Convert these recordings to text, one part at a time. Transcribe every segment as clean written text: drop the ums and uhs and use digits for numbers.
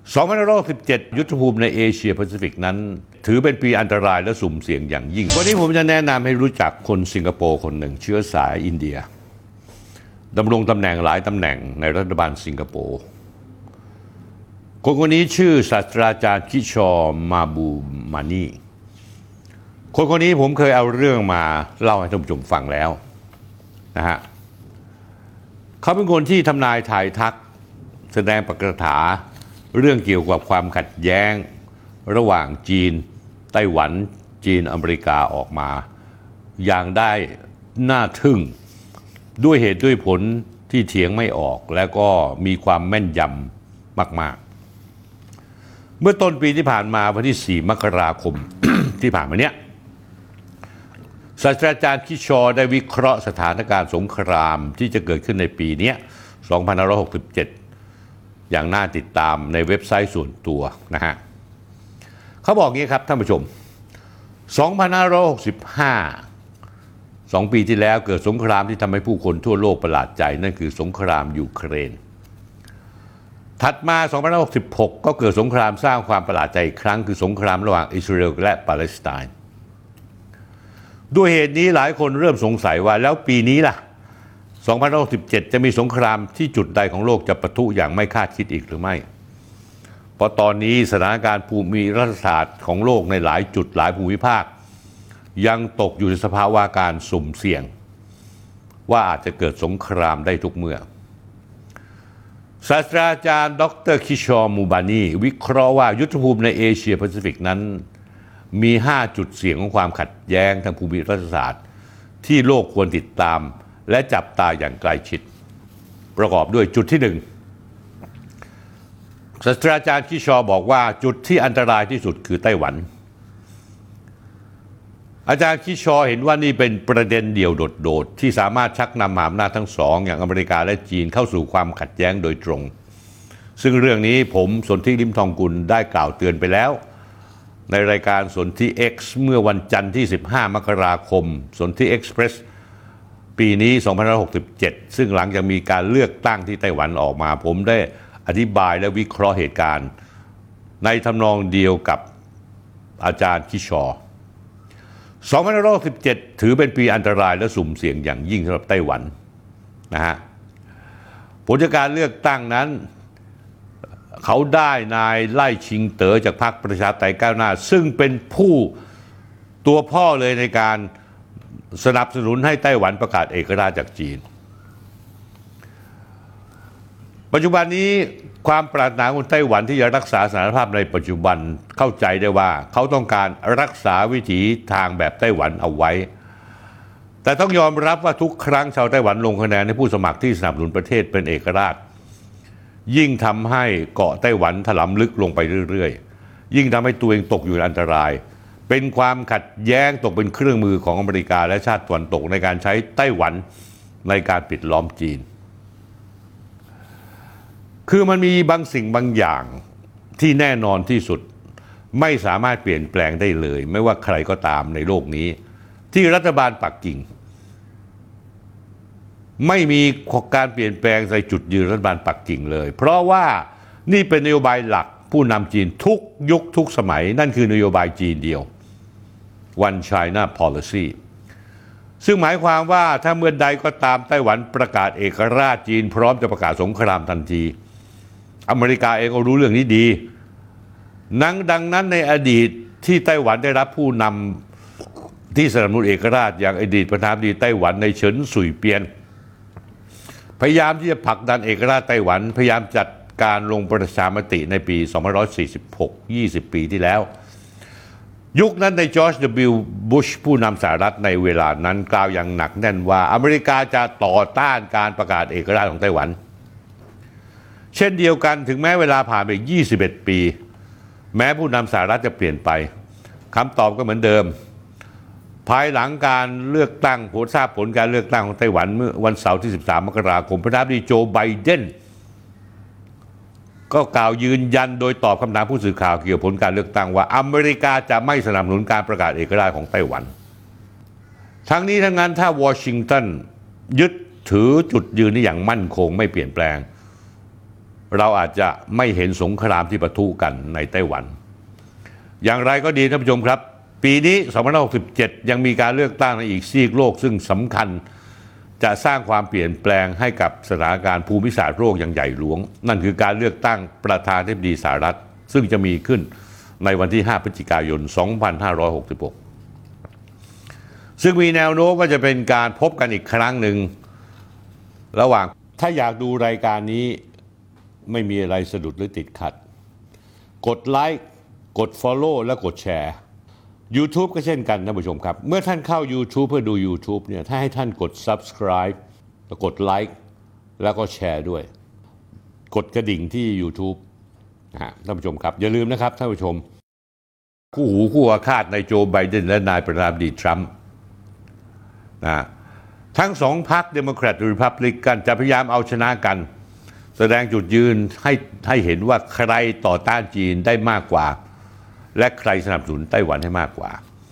2567 ยุทธภูมิในเอเชียแปซิฟิกนั้นถือเป็นปีอันตรายและสุ่มเสี่ยงอย่างยิ่งวันนี้ผมจะแนะนำให้รู้จักคนสิงคโปร์คนหนึ่งเชื้อสายอินเดียดำรงตำแหน่งหลายตำแหน่งในรัฐบาลสิงคโปร์คนนี้ชื่อศาสตราจารย์คิชอร์มาบูมานีคนนี้ผมเคยเอาเรื่องมาเล่าให้ท่านผู้ชมฟังแล้วนะฮะเขาเป็นคนที่ทำนายทายทักแสดงปกถาเรื่องเกี่ยวกับความขัดแย้งระหว่างจีนไต้หวันจีนอเมริกาออกมาอย่างได้น่าทึ่งด้วยเหตุด้วยผลที่เถียงไม่ออกและก็มีความแม่นยำมากๆเมื่อต้นปีที่ผ่านมาวันที่4 มกราคม ที่ผ่านมาเนี้ยศาสตราจารย์คิชอร์ได้วิเคราะห์สถานการณ์สงครามที่จะเกิดขึ้นในปีนี้2567อย่างน่าติดตามในเว็บไซต์ส่วนตัวนะฮะเขาบอกงี้ครับท่านผู้ชม2565 2 ปีที่แล้วเกิดสงครามที่ทำให้ผู้คนทั่วโลกประหลาดใจนั่นคือสงครามยูเครนถัดมา2566ก็เกิดสงครามสร้างความประหลาดใจอีกครั้งคือสงครามระหว่างอิสราเอลและปาเลสไตน์ด้วยเหตุนี้หลายคนเริ่มสงสัยว่าแล้วปีนี้ล่ะ2067จะมีสงครามที่จุดใดของโลกจะปะทุอย่างไม่คาดคิดอีกหรือไม่เพราะตอนนี้สถานการณ์ภูมิรัฐศาสตร์ของโลกในหลายจุดหลายภูมิภาคยังตกอยู่ในสภาวะการสุ่มเสี่ยงว่าอาจจะเกิดสงครามได้ทุกเมื่อศาสตราจารย์ดร.คิชอร์มูบานีวิเคราะห์ว่ายุทธภูมิในเอเชียแปซิฟิกนั้นมี5จุดเสี่ยงของความขัดแย้งทางภูมิรัฐศาสตร์ที่โลกควรติดตามและจับตาอย่างใกล้ชิดประกอบด้วยจุดที่1ศาสตราจารย์คิชอร์บอกว่าจุดที่อันตรายที่สุดคือไต้หวันอาจารย์คิชอร์เห็นว่านี่เป็นประเด็นเดี่ยวโดดๆที่สามารถชักนำมหาอำนาจทั้งสองอย่างอเมริกาและจีนเข้าสู่ความขัดแย้งโดยตรงซึ่งเรื่องนี้ผมสนธิลิ้มทองกุลได้กล่าวเตือนไปแล้วในรายการสนธิ X เมื่อวันจันทร์ที่15 มกราคมสนธิ Express ปีนี้2567ซึ่งหลังจากมีการเลือกตั้งที่ไต้หวันออกมาผมได้อธิบายและวิเคราะห์เหตุการณ์ในทำนองเดียวกับอาจารย์คิชอร์2567ถือเป็นปีอันตรายและสุ่มเสี่ยงอย่างยิ่งสำหรับไต้หวันนะฮะผลจากการเลือกตั้งนั้นเขาได้นายไล่ชิงเต๋อจากพรรคประชาธิปไตยก้าวหน้าซึ่งเป็นผู้ตัวพ่อเลยในการสนับสนุนให้ไต้หวันประกาศเอกราชจากจีนปัจจุบันนี้ความปรารถนาของไต้หวันที่จะรักษาสถานภาพในปัจจุบันเข้าใจได้ว่าเขาต้องการรักษาวิถีทางแบบไต้หวันเอาไว้แต่ต้องยอมรับว่าทุกครั้งชาวไต้หวันลงคะแนนให้ผู้สมัครที่สนับสนุนประเทศเป็นเอกราชยิ่งทำให้เกาะไต้หวันถลำลึกลงไปเรื่อยๆยิ่งทำให้ตัวเองตกอยู่ในอันตรายเป็นความขัดแย้งตกเป็นเครื่องมือของอเมริกาและชาติตะวันตกในการใช้ไต้หวันในการปิดล้อมจีนคือมันมีบางสิ่งบางอย่างที่แน่นอนที่สุดไม่สามารถเปลี่ยนแปลงได้เลยไม่ว่าใครก็ตามในโลกนี้ที่รัฐบาลปักกิ่งไม่มีการเปลี่ยนแปลงในจุดยืนรัฐบาลปักกิ่งเลยเพราะว่านี่เป็นนโยบายหลักผู้นำจีนทุกยุคทุกสมัยนั่นคือนโยบายจีนเดียว One China Policy ซึ่งหมายความว่าถ้าเมื่อใดก็ตามไต้หวันประกาศเอกราชจีนพร้อมจะประกาศสงครามทันทีอเมริกาเองก็รู้เรื่องนี้ดีดังนั้นในอดีตที่ไต้หวันได้รับผู้นำที่สนับสนุนเอกราชอย่างอดีตประธานาธิบดีไต้หวันในเฉินสุยเปียนพยายามที่จะผลักดันเอกราชไต้หวันพยายามจัดการลงประชามติในปี2546 20 ปีที่แล้วยุคนั้นในจอร์จ W. บุชผู้นำสหรัฐในเวลานั้นกล่าวอย่างหนักแน่นว่าอเมริกาจะต่อต้านการประกาศเอกราชของไต้หวันเช่นเดียวกันถึงแม้เวลาผ่านไป21 ปีแม้ผู้นำสหรัฐจะเปลี่ยนไปคำตอบก็เหมือนเดิมภายหลังการเลือกตั้งทราบผลการเลือกตั้งของไต้หวันเมื่อวันเสาร์ที่13 มกราคมประธานาธิบดีโจไบเดนก็กล่าวยืนยันโดยตอบคำถามผู้สื่อข่าวเกี่ยวกับผลการเลือกตั้งว่าอเมริกาจะไม่สนับสนุนการประกาศเอกราชของไต้หวันทั้งนี้ทั้งนั้นถ้าวอชิงตันยึดถือจุดยืนนี้อย่างมั่นคงไม่เปลี่ยนแปลงเราอาจจะไม่เห็นสงครามที่ปะทุกันในไต้หวันอย่างไรก็ดีท่านผู้ชมครับปีนี้2567ยังมีการเลือกตั้งในอีกซีกโลกซึ่งสำคัญจะสร้างความเปลี่ยนแปลงให้กับสถานการณ์ภูมิศาสตร์โลกอย่างใหญ่หลวงนั่นคือการเลือกตั้งประธานาธิบดีสหรัฐซึ่งจะมีขึ้นในวันที่5 พฤศจิกายน 2566ซึ่งมีแนวโน้มว่าจะเป็นการพบกันอีกครั้งหนึ่งระหว่างถ้าอยากดูรายการนี้ไม่มีอะไรสะดุดหรือติดขัดกดไลค์กด Follow และกดแชร์ YouTube ก็เช่นกันท่านผู้ชมครับเมื่อท่านเข้า YouTube เพื่อดู YouTube เนี่ยถ้าให้ท่านกด Subscribe แล้วกดไลค์แล้วก็แชร์ด้วยกดกระดิ่งที่ YouTube ท่านผู้ชมครับอย่าลืมนะครับท่านผู้ชมคู่หูคู่อาฆาตนายโจไบเดนและนายประธานาธิบดีทรัมป์ทั้งสองพรรคเดโมแครตหรือรีพับลิกันจะพยายามเอาชนะกันแสดงจุดยืนให้เห็นว่าใครต่อต้านจีนได้มากกว่าและใครสนับสนุนไต้หวันให้มากกว่า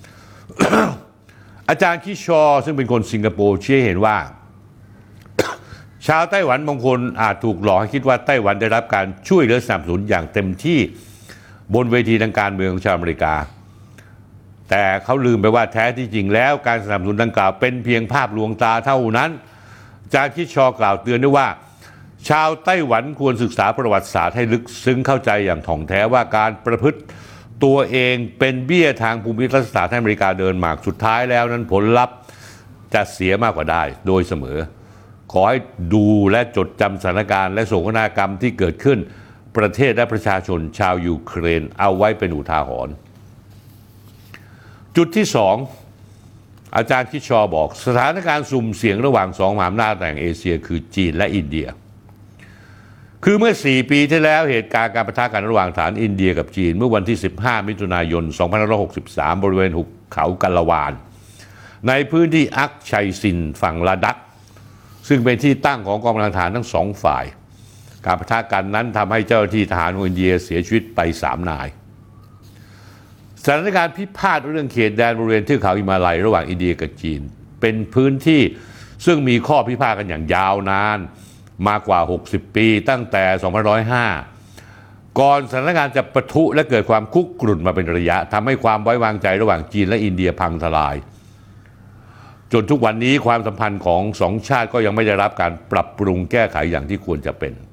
อาจารย์คิชอซึ่งเป็นคนสิงคโปร์ชี้ให้เห็นว่า ชาวไต้หวันบางคนอาจถูกหลอกให้คิดว่าไต้หวันได้รับการช่วยเหลือสนับสนุนอย่างเต็มที่บนเวทีทางการเมืองของชาวอเมริกาแต่เขาลืมไปว่าแท้ที่จริงแล้วการสนับสนุนดังกล่าวเป็นเพียงภาพลวงตาเท่านั้นอาจารย์คิชอกล่าวเตือนด้วยว่าชาวไต้หวันควรศึกษาประวัติศาสตร์ให้ลึกซึ้งเข้าใจอย่างถ่องแท้ว่าการประพฤติตัวเองเป็นเบี้ยทางภูมิรัฐศาสตร์ให้อเมริกาเดินหมากสุดท้ายแล้วนั้นผลลัพธ์จะเสียมากกว่าได้โดยเสมอขอให้ดูและจดจำสถานการณ์และโศกนาฏกรรมที่เกิดขึ้นประเทศและประชาชนชาวยูเครนเอาไว้เป็นอุทาหรณ์จุดที่สองอาจารย์คิชอบอกสถานการณ์สุ่มเสี่ยงระหว่างสองมหาอำนาจแห่งเอเชียคือจีนและอินเดียคือเมื่อ4 ปีที่แล้วเหตุการณ์การปะทะกันระหว่างฐานอินเดียกับจีนเมื่อวันที่15 มิถุนายน 2563 บริเวณหุบเขากัลวานในพื้นที่อักชัยซินฝั่งลาดักซึ่งเป็นที่ตั้งของกองกำลังทหารทั้งสองฝ่ายการปะทะกันนั้นทำให้เจ้าหน้าที่ทหารของอินเดียเสียชีวิตไป3 นายสถานการณ์พิพาทเรื่องเขตแดนบริเวณเทือกเขาหิมาลัยระหว่างอินเดียกับจีนเป็นพื้นที่ซึ่งมีข้อพิพาทกันอย่างยาวนานมากกว่า60 ปีตั้งแต่2505ก่อนสถานการณ์จะปะทุและเกิดความคุกรุ่นมาเป็นระยะทำให้ความไว้วางใจระหว่างจีนและอินเดียพังทลายจนทุกวันนี้ความสัมพันธ์ของสองชาติก็ยังไม่ได้รับการปรับปรุงแก้ไขอย่างที่ควรจะเป็น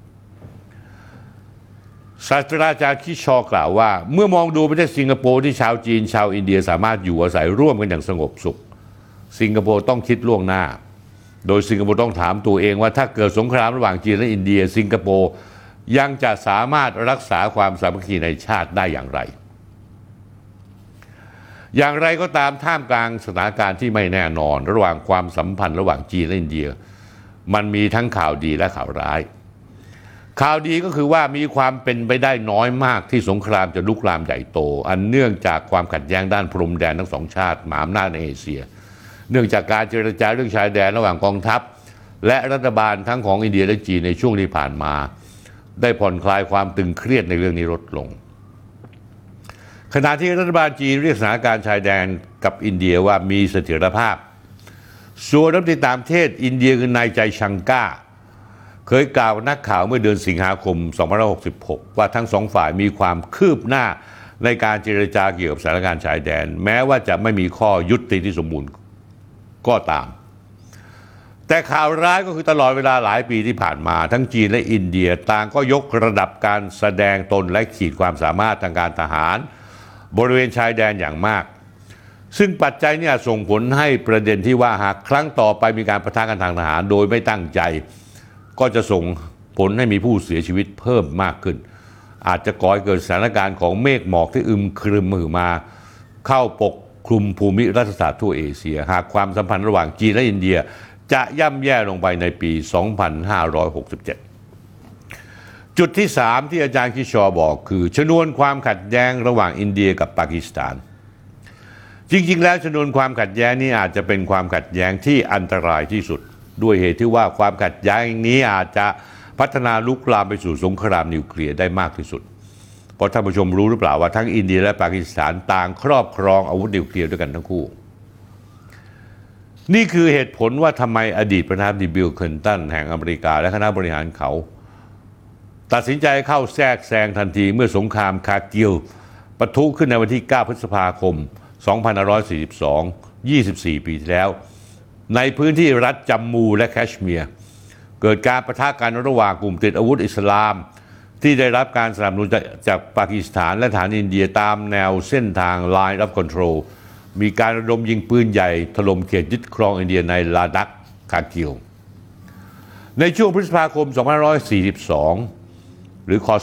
ศาสตราจารย์คิชอกล่าวว่าเมื่อมองดูประเทศสิงคโปร์ที่ชาวจีนชาวอินเดียสามารถอยู่อาศัยร่วมกันอย่างสงบสุขสิงคโปร์ต้องคิดล่วงหน้าโดยสิงคโปร์ต้องถามตัวเองว่าถ้าเกิดสงครามระหว่างจีนและอินเดียสิงคโปร์ยังจะสามารถรักษาความสามัคคีในชาติได้อย่างไรอย่างไรก็ตามท่ามกลางสถานการณ์ที่ไม่แน่นอนระหว่างความสัมพันธ์ระหว่างจีนและอินเดียมันมีทั้งข่าวดีและข่าวร้ายข่าวดีก็คือว่ามีความเป็นไปได้น้อยมากที่สงครามจะลุกลามใหญ่โตอันเนื่องจากความขัดแย้งด้านพรมแดนทั้งสองชาติมหาอำนาจในเอเชียเนื่องจากการเจรจาเรื่องชายแดนระหว่างกองทัพและรัฐบาลทั้งของอินเดียและจีนในช่วงที่ผ่านมาได้ผ่อนคลายความตึงเครียดในเรื่องนี้ลดลงขณะที่รัฐบาลจีนเรียกสถานการณ์ชายแดนกับอินเดียว่ามีเสถียรภาพส่วนรัฐมนตรีต่างประเทศอินเดียคือนายใจชังก้าเคยกล่าวนักข่าวเมื่อเดือนสิงหาคม 2566 ว่าทั้งสองฝ่ายมีความคืบหน้าในการเจรจาเกี่ยวกับสถานการณ์ชายแดนแม้ว่าจะไม่มีข้อยุติที่สมบูรณ์ก็ตามแต่ข่าวร้ายก็คือตลอดเวลาหลายปีที่ผ่านมาทั้งจีนและอินเดียต่างก็ยกระดับการแสดงตนและขีดความสามารถทางการทหารบริเวณชายแดนอย่างมากซึ่งปัจจัยนี้ส่งผลให้ประเด็นที่ว่าหากครั้งต่อไปมีการปะทะกันทางทหารโดยไม่ตั้งใจก็จะส่งผลให้มีผู้เสียชีวิตเพิ่มมากขึ้นอาจจะก่อให้เกิดสถานการณ์ของเมฆหมอกที่อึมครึมมาเข้าปกคลุมภูมิรัฐศาสตร์ทั่วเอเชียหากความสัมพันธ์ระหว่างจีนและอินเดียจะย่ำแย่ลงไปในปี 2567 จุดที่3ที่อาจารย์คิชอบอกคือชนวนความขัดแย้งระหว่างอินเดียกับปากีสถานจริงๆแล้วชนวนความขัดแย้งนี้อาจจะเป็นความขัดแย้งที่อันตรายที่สุดด้วยเหตุที่ว่าความขัดแย้งนี้อาจจะพัฒนาลุกลามไปสู่สงครามนิวเคลียร์ได้มากที่สุดเพราะท่านผู้ชมรู้หรือเปล่าว่าทั้งอินเดียและปากีสถานต่างครอบครองอาวุธนิวเคลียร์ด้วยกันทั้งคู่นี่คือเหตุผลว่าทำไมอดีตประธานาธิบดีบิล คลินตันแห่งอเมริกาและคณะบริหารเขาตัดสินใจเข้าแทรกแซงทันทีเมื่อสงครามคาร์กิลปะทุขึ้นในวันที่ 9 พฤษภาคม 2542 24 ปีที่แล้วในพื้นที่รัฐจัมมูและแคชเมียร์เกิดการปะทะกันระหว่างกลุ่มติดอาวุธอิสลามที่ได้รับการสนับสนุนจากปากีสถานและฐานอินเดียตามแนวเส้นทาง Line of Control มีการระดมยิงปืนใหญ่ถล่มเขตยึดครองอินเดียในลาดักคาร์กิลในช่วงพฤษภาคม 2542 หรือคศ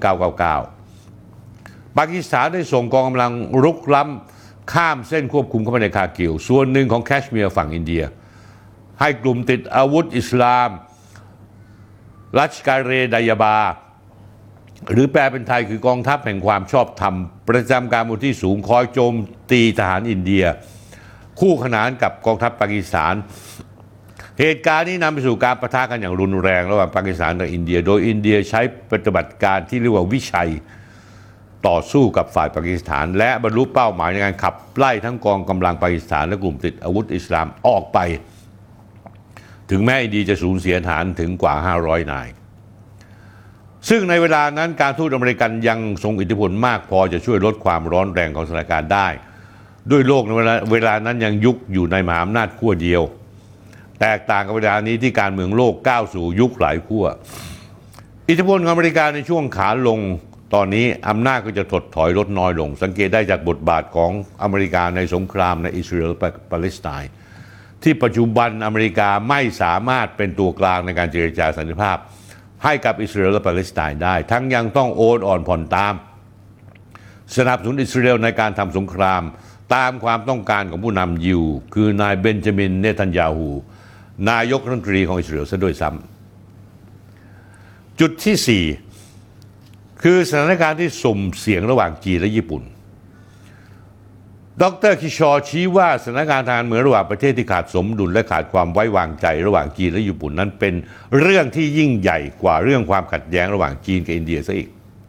1999 ปากีสถานได้ส่งกองกำลังรุกล้ำข้ามเส้นควบคุมเข้ามาในคาร์กิลส่วนหนึ่งของแคชเมียร์ฝั่งอินเดียให้กลุ่มติดอาวุธอิสลามรัชการเรดายาบาหรือแปลเป็นไทยคือกองทัพแห่งความชอบธรรมประจำการบนที่สูงคอยโจมตีทหารอินเดียคู่ขนานกับกองทัพปากีสถานเหตุการณ์นี้นำไปสู่การปะทะกันอย่างรุนแรงระหว่างปากีสถานกับอินเดียโดยอินเดียใช้ปฏิบัติการที่เรียกว่าวิชัยต่อสู้กับฝ่ายปากีสถานและบรรลุเป้าหมายในการขับไล่ทั้งกองกำลังปากีสถานและกลุ่มติดอาวุธอิสลามออกไปถึงแม้อินเดียจะสูญเสียทหารถึงกว่า500นายซึ่งในเวลานั้นการทูตอเมริกันยังทรงอิทธิพลมากพอจะช่วยลดความร้อนแรงของสถานการณ์ได้ด้วยโลกในเวลานั้นยังยุคอยู่ในมหาอำนาจขั้วเดียวแตกต่างกับเวลานี้ที่การเมืองโลกก้าวสู่ยุคหลายขั้วอิทธิพลของอเมริกาในช่วงขาลงตอนนี้อำนาจก็จะถดถอยลดน้อยลงสังเกตได้จากบทบาทของอเมริกาในสงครามในอิสราเอลปาเลสไตน์ที่ปัจจุบันอเมริกาไม่สามารถเป็นตัวกลางในการเจรจาสันติภาพให้กับอิสราเอลและปาเลสไตน์ได้ทั้งยังต้องโอนอ่อนผ่อนตามสนับสนุนอิสราเอลในการทำสงครามตามความต้องการของผู้นำยิวคือนายเบนจามินเนทันยาฮูนายกรัฐมนตรีของอิสราเอลซะด้วยซ้ำจุดที่ 4คือสถานการณ์ที่สุ่มเสี่ยงระหว่างจีนและญี่ปุ่นดร.คิชอร์ชี้ว่าสถานการณ์ทางการเมืองระหว่างประเทศที่ขาดสมดุลและขาดความไว้วางใจระหว่างจีนและญี่ปุ่นนั้นเป็นเรื่องที่ยิ่งใหญ่กว่าเรื่องความขัดแย้งระหว่างจีนกับอินเดียซะอีก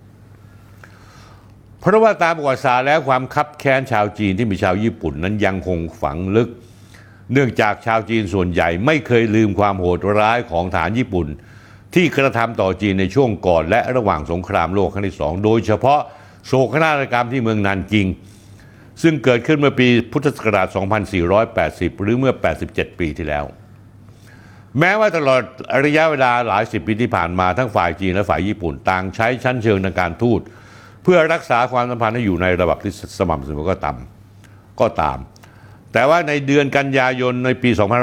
เพราะว่าตามประวัติศาสตร์แล้วความคับแค้นชาวจีนที่มีชาวญี่ปุ่นนั้นยังคงฝังลึกเนื่องจากชาวจีนส่วนใหญ่ไม่เคยลืมความโหดร้ายของทหารญี่ปุ่นที่กระทำต่อจีนในช่วงก่อนและระหว่างสงครามโลกครั้งที่2โดยเฉพาะโศกนาฏกรรมที่เมืองนานกิงซึ่งเกิดขึ้นเมื่อปีพุทธศักราช 2480 หรือเมื่อ 87 ปีที่แล้ว แม้ว่าตลอดระยะเวลาหลายสิบปีที่ผ่านมาทั้งฝ่ายจีนและฝ่ายญี่ปุ่นต่างใช้ชั้นเชิงทางการทูตเพื่อรักษาความสัมพันธ์ให้อยู่ในระดับที่สม่ำเสมอก็ตามแต่ว่าในเดือนกันยายนในปี 2555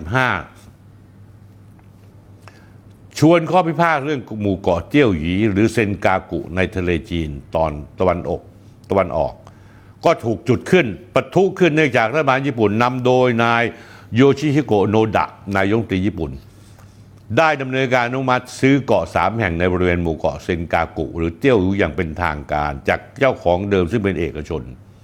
ชวนข้อพิพาทเรื่องหมู่เกาะเจี้ยวหยีหรือเซนกากุในทะเลจีนตอนตะวันออกก็ถูกจุดขึ้นปะทุขึ้นเนื่องจากรัฐบาลญี่ปุ่นนำโดยนายโยชิฮิโกะโนดะนายกรัฐมนตรีญี่ปุ่นได้ดำเนินการอนุมัติซื้อเกาะ3แห่งในบริเวณหมู่เกาะเซนกากุหรือเจี้ยวหยีอย่างเป็นทางการจากเจ้าของเดิมซึ่งเป็นเอกชน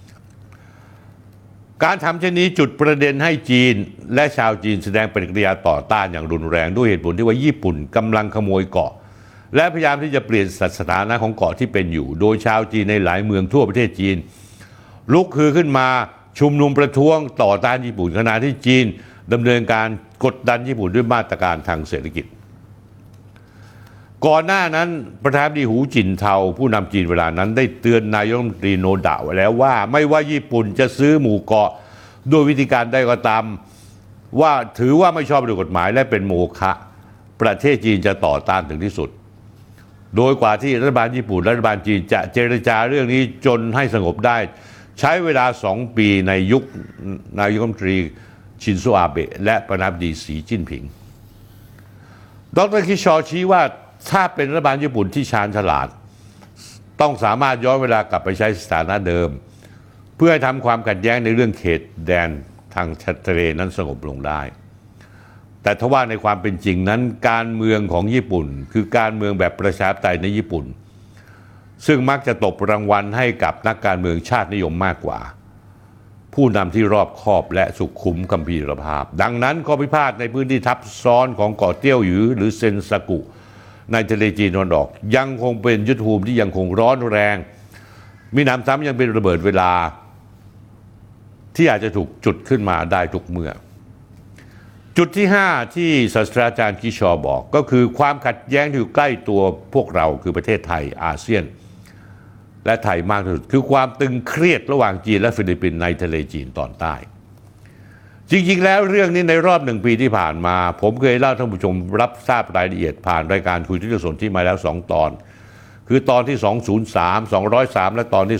การทำเช่นนี้จุดประเด็นให้จีนและชาวจีนแสดงปฏิกิริยาต่อต้านอย่างรุนแรงด้วยเหตุผลที่ว่าญี่ปุ่นกำลังขโมยเกาะและพยายามที่จะเปลี่ยนสถานะของเกาะที่เป็นอยู่โดยชาวจีนในหลายเมืองทั่วประเทศจีนลุกฮือขึ้นมาชุมนุมประท้วงต่อต้านญี่ปุ่นขณะที่จีนดำเนินการกดดันญี่ปุ่นด้วยมาตรการทางเศรษฐกิจก่อนหน้านั้นประธานาธิบดีหูจินเทาผู้นำจีนเวลานั้นได้เตือนนายกรัฐมนตรีโนดะไว้แล้วว่าไม่ว่าญี่ปุ่นจะซื้อหมู่เกาะด้วยวิธีการใดก็ตามว่าถือว่าไม่ชอบด้วยกฎหมายและเป็นโมฆะประเทศจีนจะต่อต้านถึงที่สุดโดยกว่าที่รัฐบาลญี่ปุ่นและรัฐบาลจีนจะเจรจาเรื่องนี้จนให้สงบได้ใช้เวลา2 ปีในยุคนายกรัฐมนตรีชินโซอาเบะและประธานาธิบดีสีจิ้นผิงดร.คิชอชี้ว่าถ้าเป็นรัฐบาลญี่ปุ่นที่ชาญฉลาดต้องสามารถย้อนเวลากลับไปใช้สถานะเดิมเพื่อให้ทำความขัดแย้งในเรื่องเขตแดนทางทะเลนั้นสงบลงได้แต่ทว่าในความเป็นจริงนั้นการเมืองของญี่ปุ่นคือการเมืองแบบประชาธิปไตยในญี่ปุ่นซึ่งมักจะตบรางวัลให้กับนักการเมืองชาตินิยมมากกว่าผู้นำที่รอบคอบและสุขุมคัมภีรภาพดังนั้นข้อพิพาทในพื้นที่ทับซ้อนของเกาะเตี้ยวหยือหรือเซนซากุในทะเลจีนตะวันออกยังคงเป็นยุทธภูมิที่ยังคงร้อนแรงมีหนำซ้ำยังเป็นระเบิดเวลาที่อาจจะถูกจุดขึ้นมาได้ทุกเมื่อจุดที่ 5ที่ศาสตราจารย์กิชอบอกก็คือความขัดแย้งที่อยู่ใกล้ตัวพวกเราคือประเทศไทยอาเซียนและไทยมากที่สุดคือความตึงเครียดระหว่างจีนและฟิลิปปินส์ในทะเลจีนตอนใต้จริงๆแล้วเรื่องนี้ในรอบ1 ปีที่ผ่านมาผมเคยเล่าท่านผู้ชมรับทราบรายละเอียดผ่านรายการคุยที่สนที่มาแล้ว2 ตอนคือตอนที่203 203และตอนที่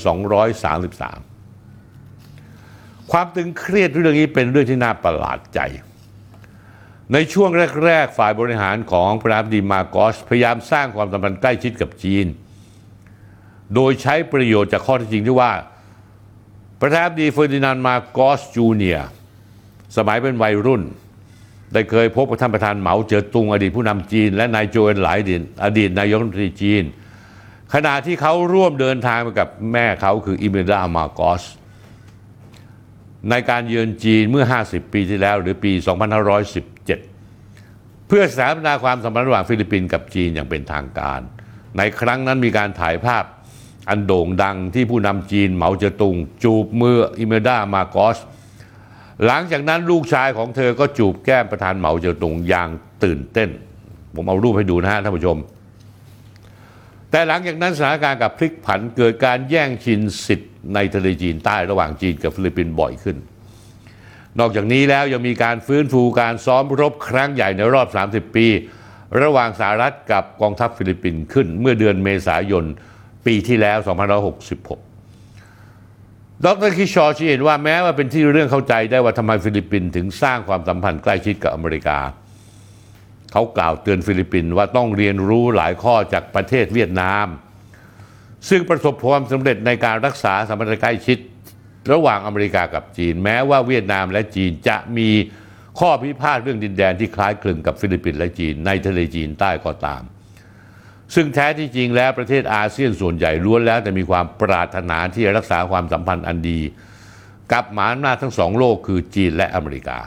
233ความตึงเครียดเรื่องนี้เป็นเรื่องที่น่าประหลาดใจในช่วงแรกๆฝ่ายบริหารของประธานาธิบดีมาโกสพยายามสร้างความสัมพันธ์ใกล้ชิดกับจีนโดยใช้ประโยชน์จากข้อเท็จจริงที่ว่าประธานาธิบดีเฟอร์ดินานด์มาโกสจูเนียร์สมัยเป็นวัยรุ่นได้เคยพบกับท่านประธานเหมาเจ๋อตุงอดีตผู้นำจีนและนายโจวเอ็นหลายอดีตนายกรัฐมนตรีจีนขณะที่เขาร่วมเดินทางไปกับแม่เขาคืออิเมลดามาโกสในการเยือนจีนเมื่อ50 ปีที่แล้วหรือปี 2517 เพื่อสถาปนาความสัมพันธ์ระหว่างฟิลิปปินส์กับจีนอย่างเป็นทางการในครั้งนั้นมีการถ่ายภาพอันโด่งดังที่ผู้นำจีนเหมาเจ๋อตุงจูบมืออิเมลดามาโกสหลังจากนั้นลูกชายของเธอก็จูบแก้มประธานเหมาเจ๋อตุงอย่างตื่นเต้นผมเอารูปให้ดูนะฮะท่านผู้ชมแต่หลังจากนั้นสถานการณ์กับพลิกผันเกิดการแย่งชิงสิทธิ์ในทะเลจีนใต้ระหว่างจีนกับฟิลิปปินส์บ่อยขึ้นนอกจากนี้แล้วยังมีการฟื้นฟูการซ้อมรบครั้งใหญ่ในรอบ30 ปีระหว่างสหรัฐกับกองทัพฟิลิปปินส์ขึ้นเมื่อเดือนเมษายนปีที่แล้ว2566ดร.คิชอชี้เห็นว่าแม้ว่าเป็นที่เรื่องเข้าใจได้ว่าทำไมฟิลิปปินส์ถึงสร้างความสัมพันธ์ใกล้ชิดกับอเมริกาเขากล่าวเตือนฟิลิปปินส์ว่าต้องเรียนรู้หลายข้อจากประเทศเวียดนามซึ่งประสบความสำเร็จในการรักษาสัมพันธ์ใกล้ชิดระหว่างอเมริกากับจีนแม้ว่าเวียดนามและจีนจะมีข้อพิพาทเรื่องดินแดนที่คล้ายคลึงกับฟิลิปปินส์และจีนในทะเลจีนใต้ก็ตามซึ่งแท้ที่จริงแล้วประเทศอาเซียนส่วนใหญ่ล้วนแล้วแต่มีความปรารถนาที่จะรักษาความสัมพันธ์อันดีกับมหาอำนาจทั้ง2 โลกคือจีนและอเมริกา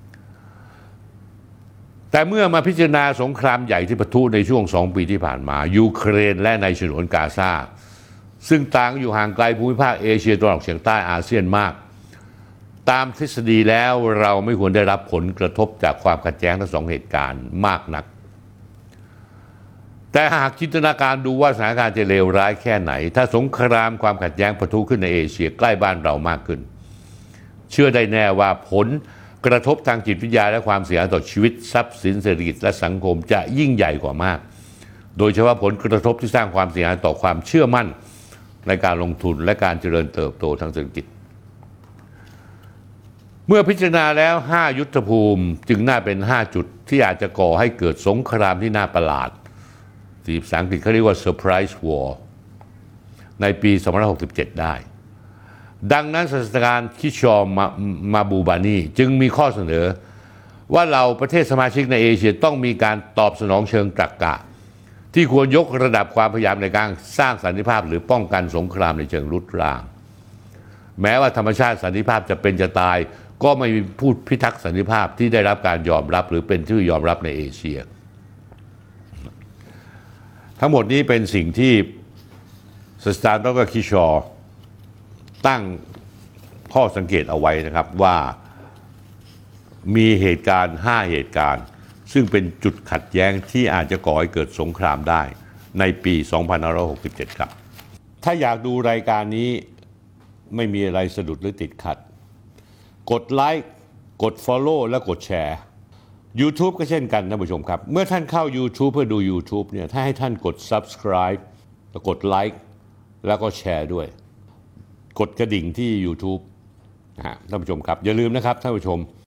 แต่เมื่อมาพิจารณาสงครามใหญ่ที่ปะทุในช่วง2 ปีที่ผ่านมายูเครนและในฉนวนกาซาซึ่งต่างอยู่ห่างไกลภูมิภาคเอเชียตะวันออกเฉียงใต้อาเซียนมากตามทฤษฎีแล้วเราไม่ควรได้รับผลกระทบจากความขัดแย้งทั้ง2 เหตุการณ์มากนักแต่หากจินตนาการดูว่าสถานการณ์จะเลวร้ายแค่ไหนถ้าสงครามความขัดแย้งปะทุขึ้นในเอเชียใกล้บ้านเรามากขึ้นเชื่อได้แน่ว่าผลกระทบทางจิตวิทยาและความเสียหายต่อชีวิตทรัพย์สินเศรษฐกิจและสังคมจะยิ่งใหญ่กว่ามากโดยเฉพาะผลกระทบที่สร้างความเสียหายต่อความเชื่อมั่นในการลงทุนและการเจริญเติบโตทางเศรษฐกิจเมื่อพิจารณาแล้ว5 ยุทธภูมิจึงน่าเป็น5 จุดที่อาจจะก่อให้เกิดสงครามที่น่าประหลาดที่ภาษาอังกฤษเขาเรียกว่า surprise war ในปี2567ได้ดังนั้นศาสตราจารย์คิชอมาบูบานีจึงมีข้อเสนอว่าเราประเทศสมาชิกในเอเชียต้องมีการตอบสนองเชิงตรรกะที่ควรยกระดับความพยายามในการสร้างสันติภาพหรือป้องกันสงครามในเชิงรุกรานแม้ว่าธรรมชาติสันติภาพจะเป็นจะตายก็ไม่มีผู้พิทักษ์สันติภาพที่ได้รับการยอมรับหรือเป็นที่ยอมรับในเอเชียทั้งหมดนี้เป็นสิ่งที่ศาสตราจารย์ดร.คิชอตั้งข้อสังเกตเอาไว้นะครับว่ามีเหตุการณ์5 เหตุการณ์ซึ่งเป็นจุดขัดแย้งที่อาจจะก่อให้เกิดสงครามได้ในปี2567ครับถ้าอยากดูรายการนี้ไม่มีอะไรสะดุดหรือติดขัดกดไลค์กด Follow และกดแชร์ YouTube ก็เช่นกันท่านผู้ชมครับเมื่อท่านเข้า YouTube เพื่อดู YouTube เนี่ยถ้าให้ท่านกด Subscribe แล้วกดไลค์แล้วก็แชร์ด้วยกดกระดิ่งที่ YouTube ท่านผู้ชมครับอย่าลืมนะครับท่านผู้ชม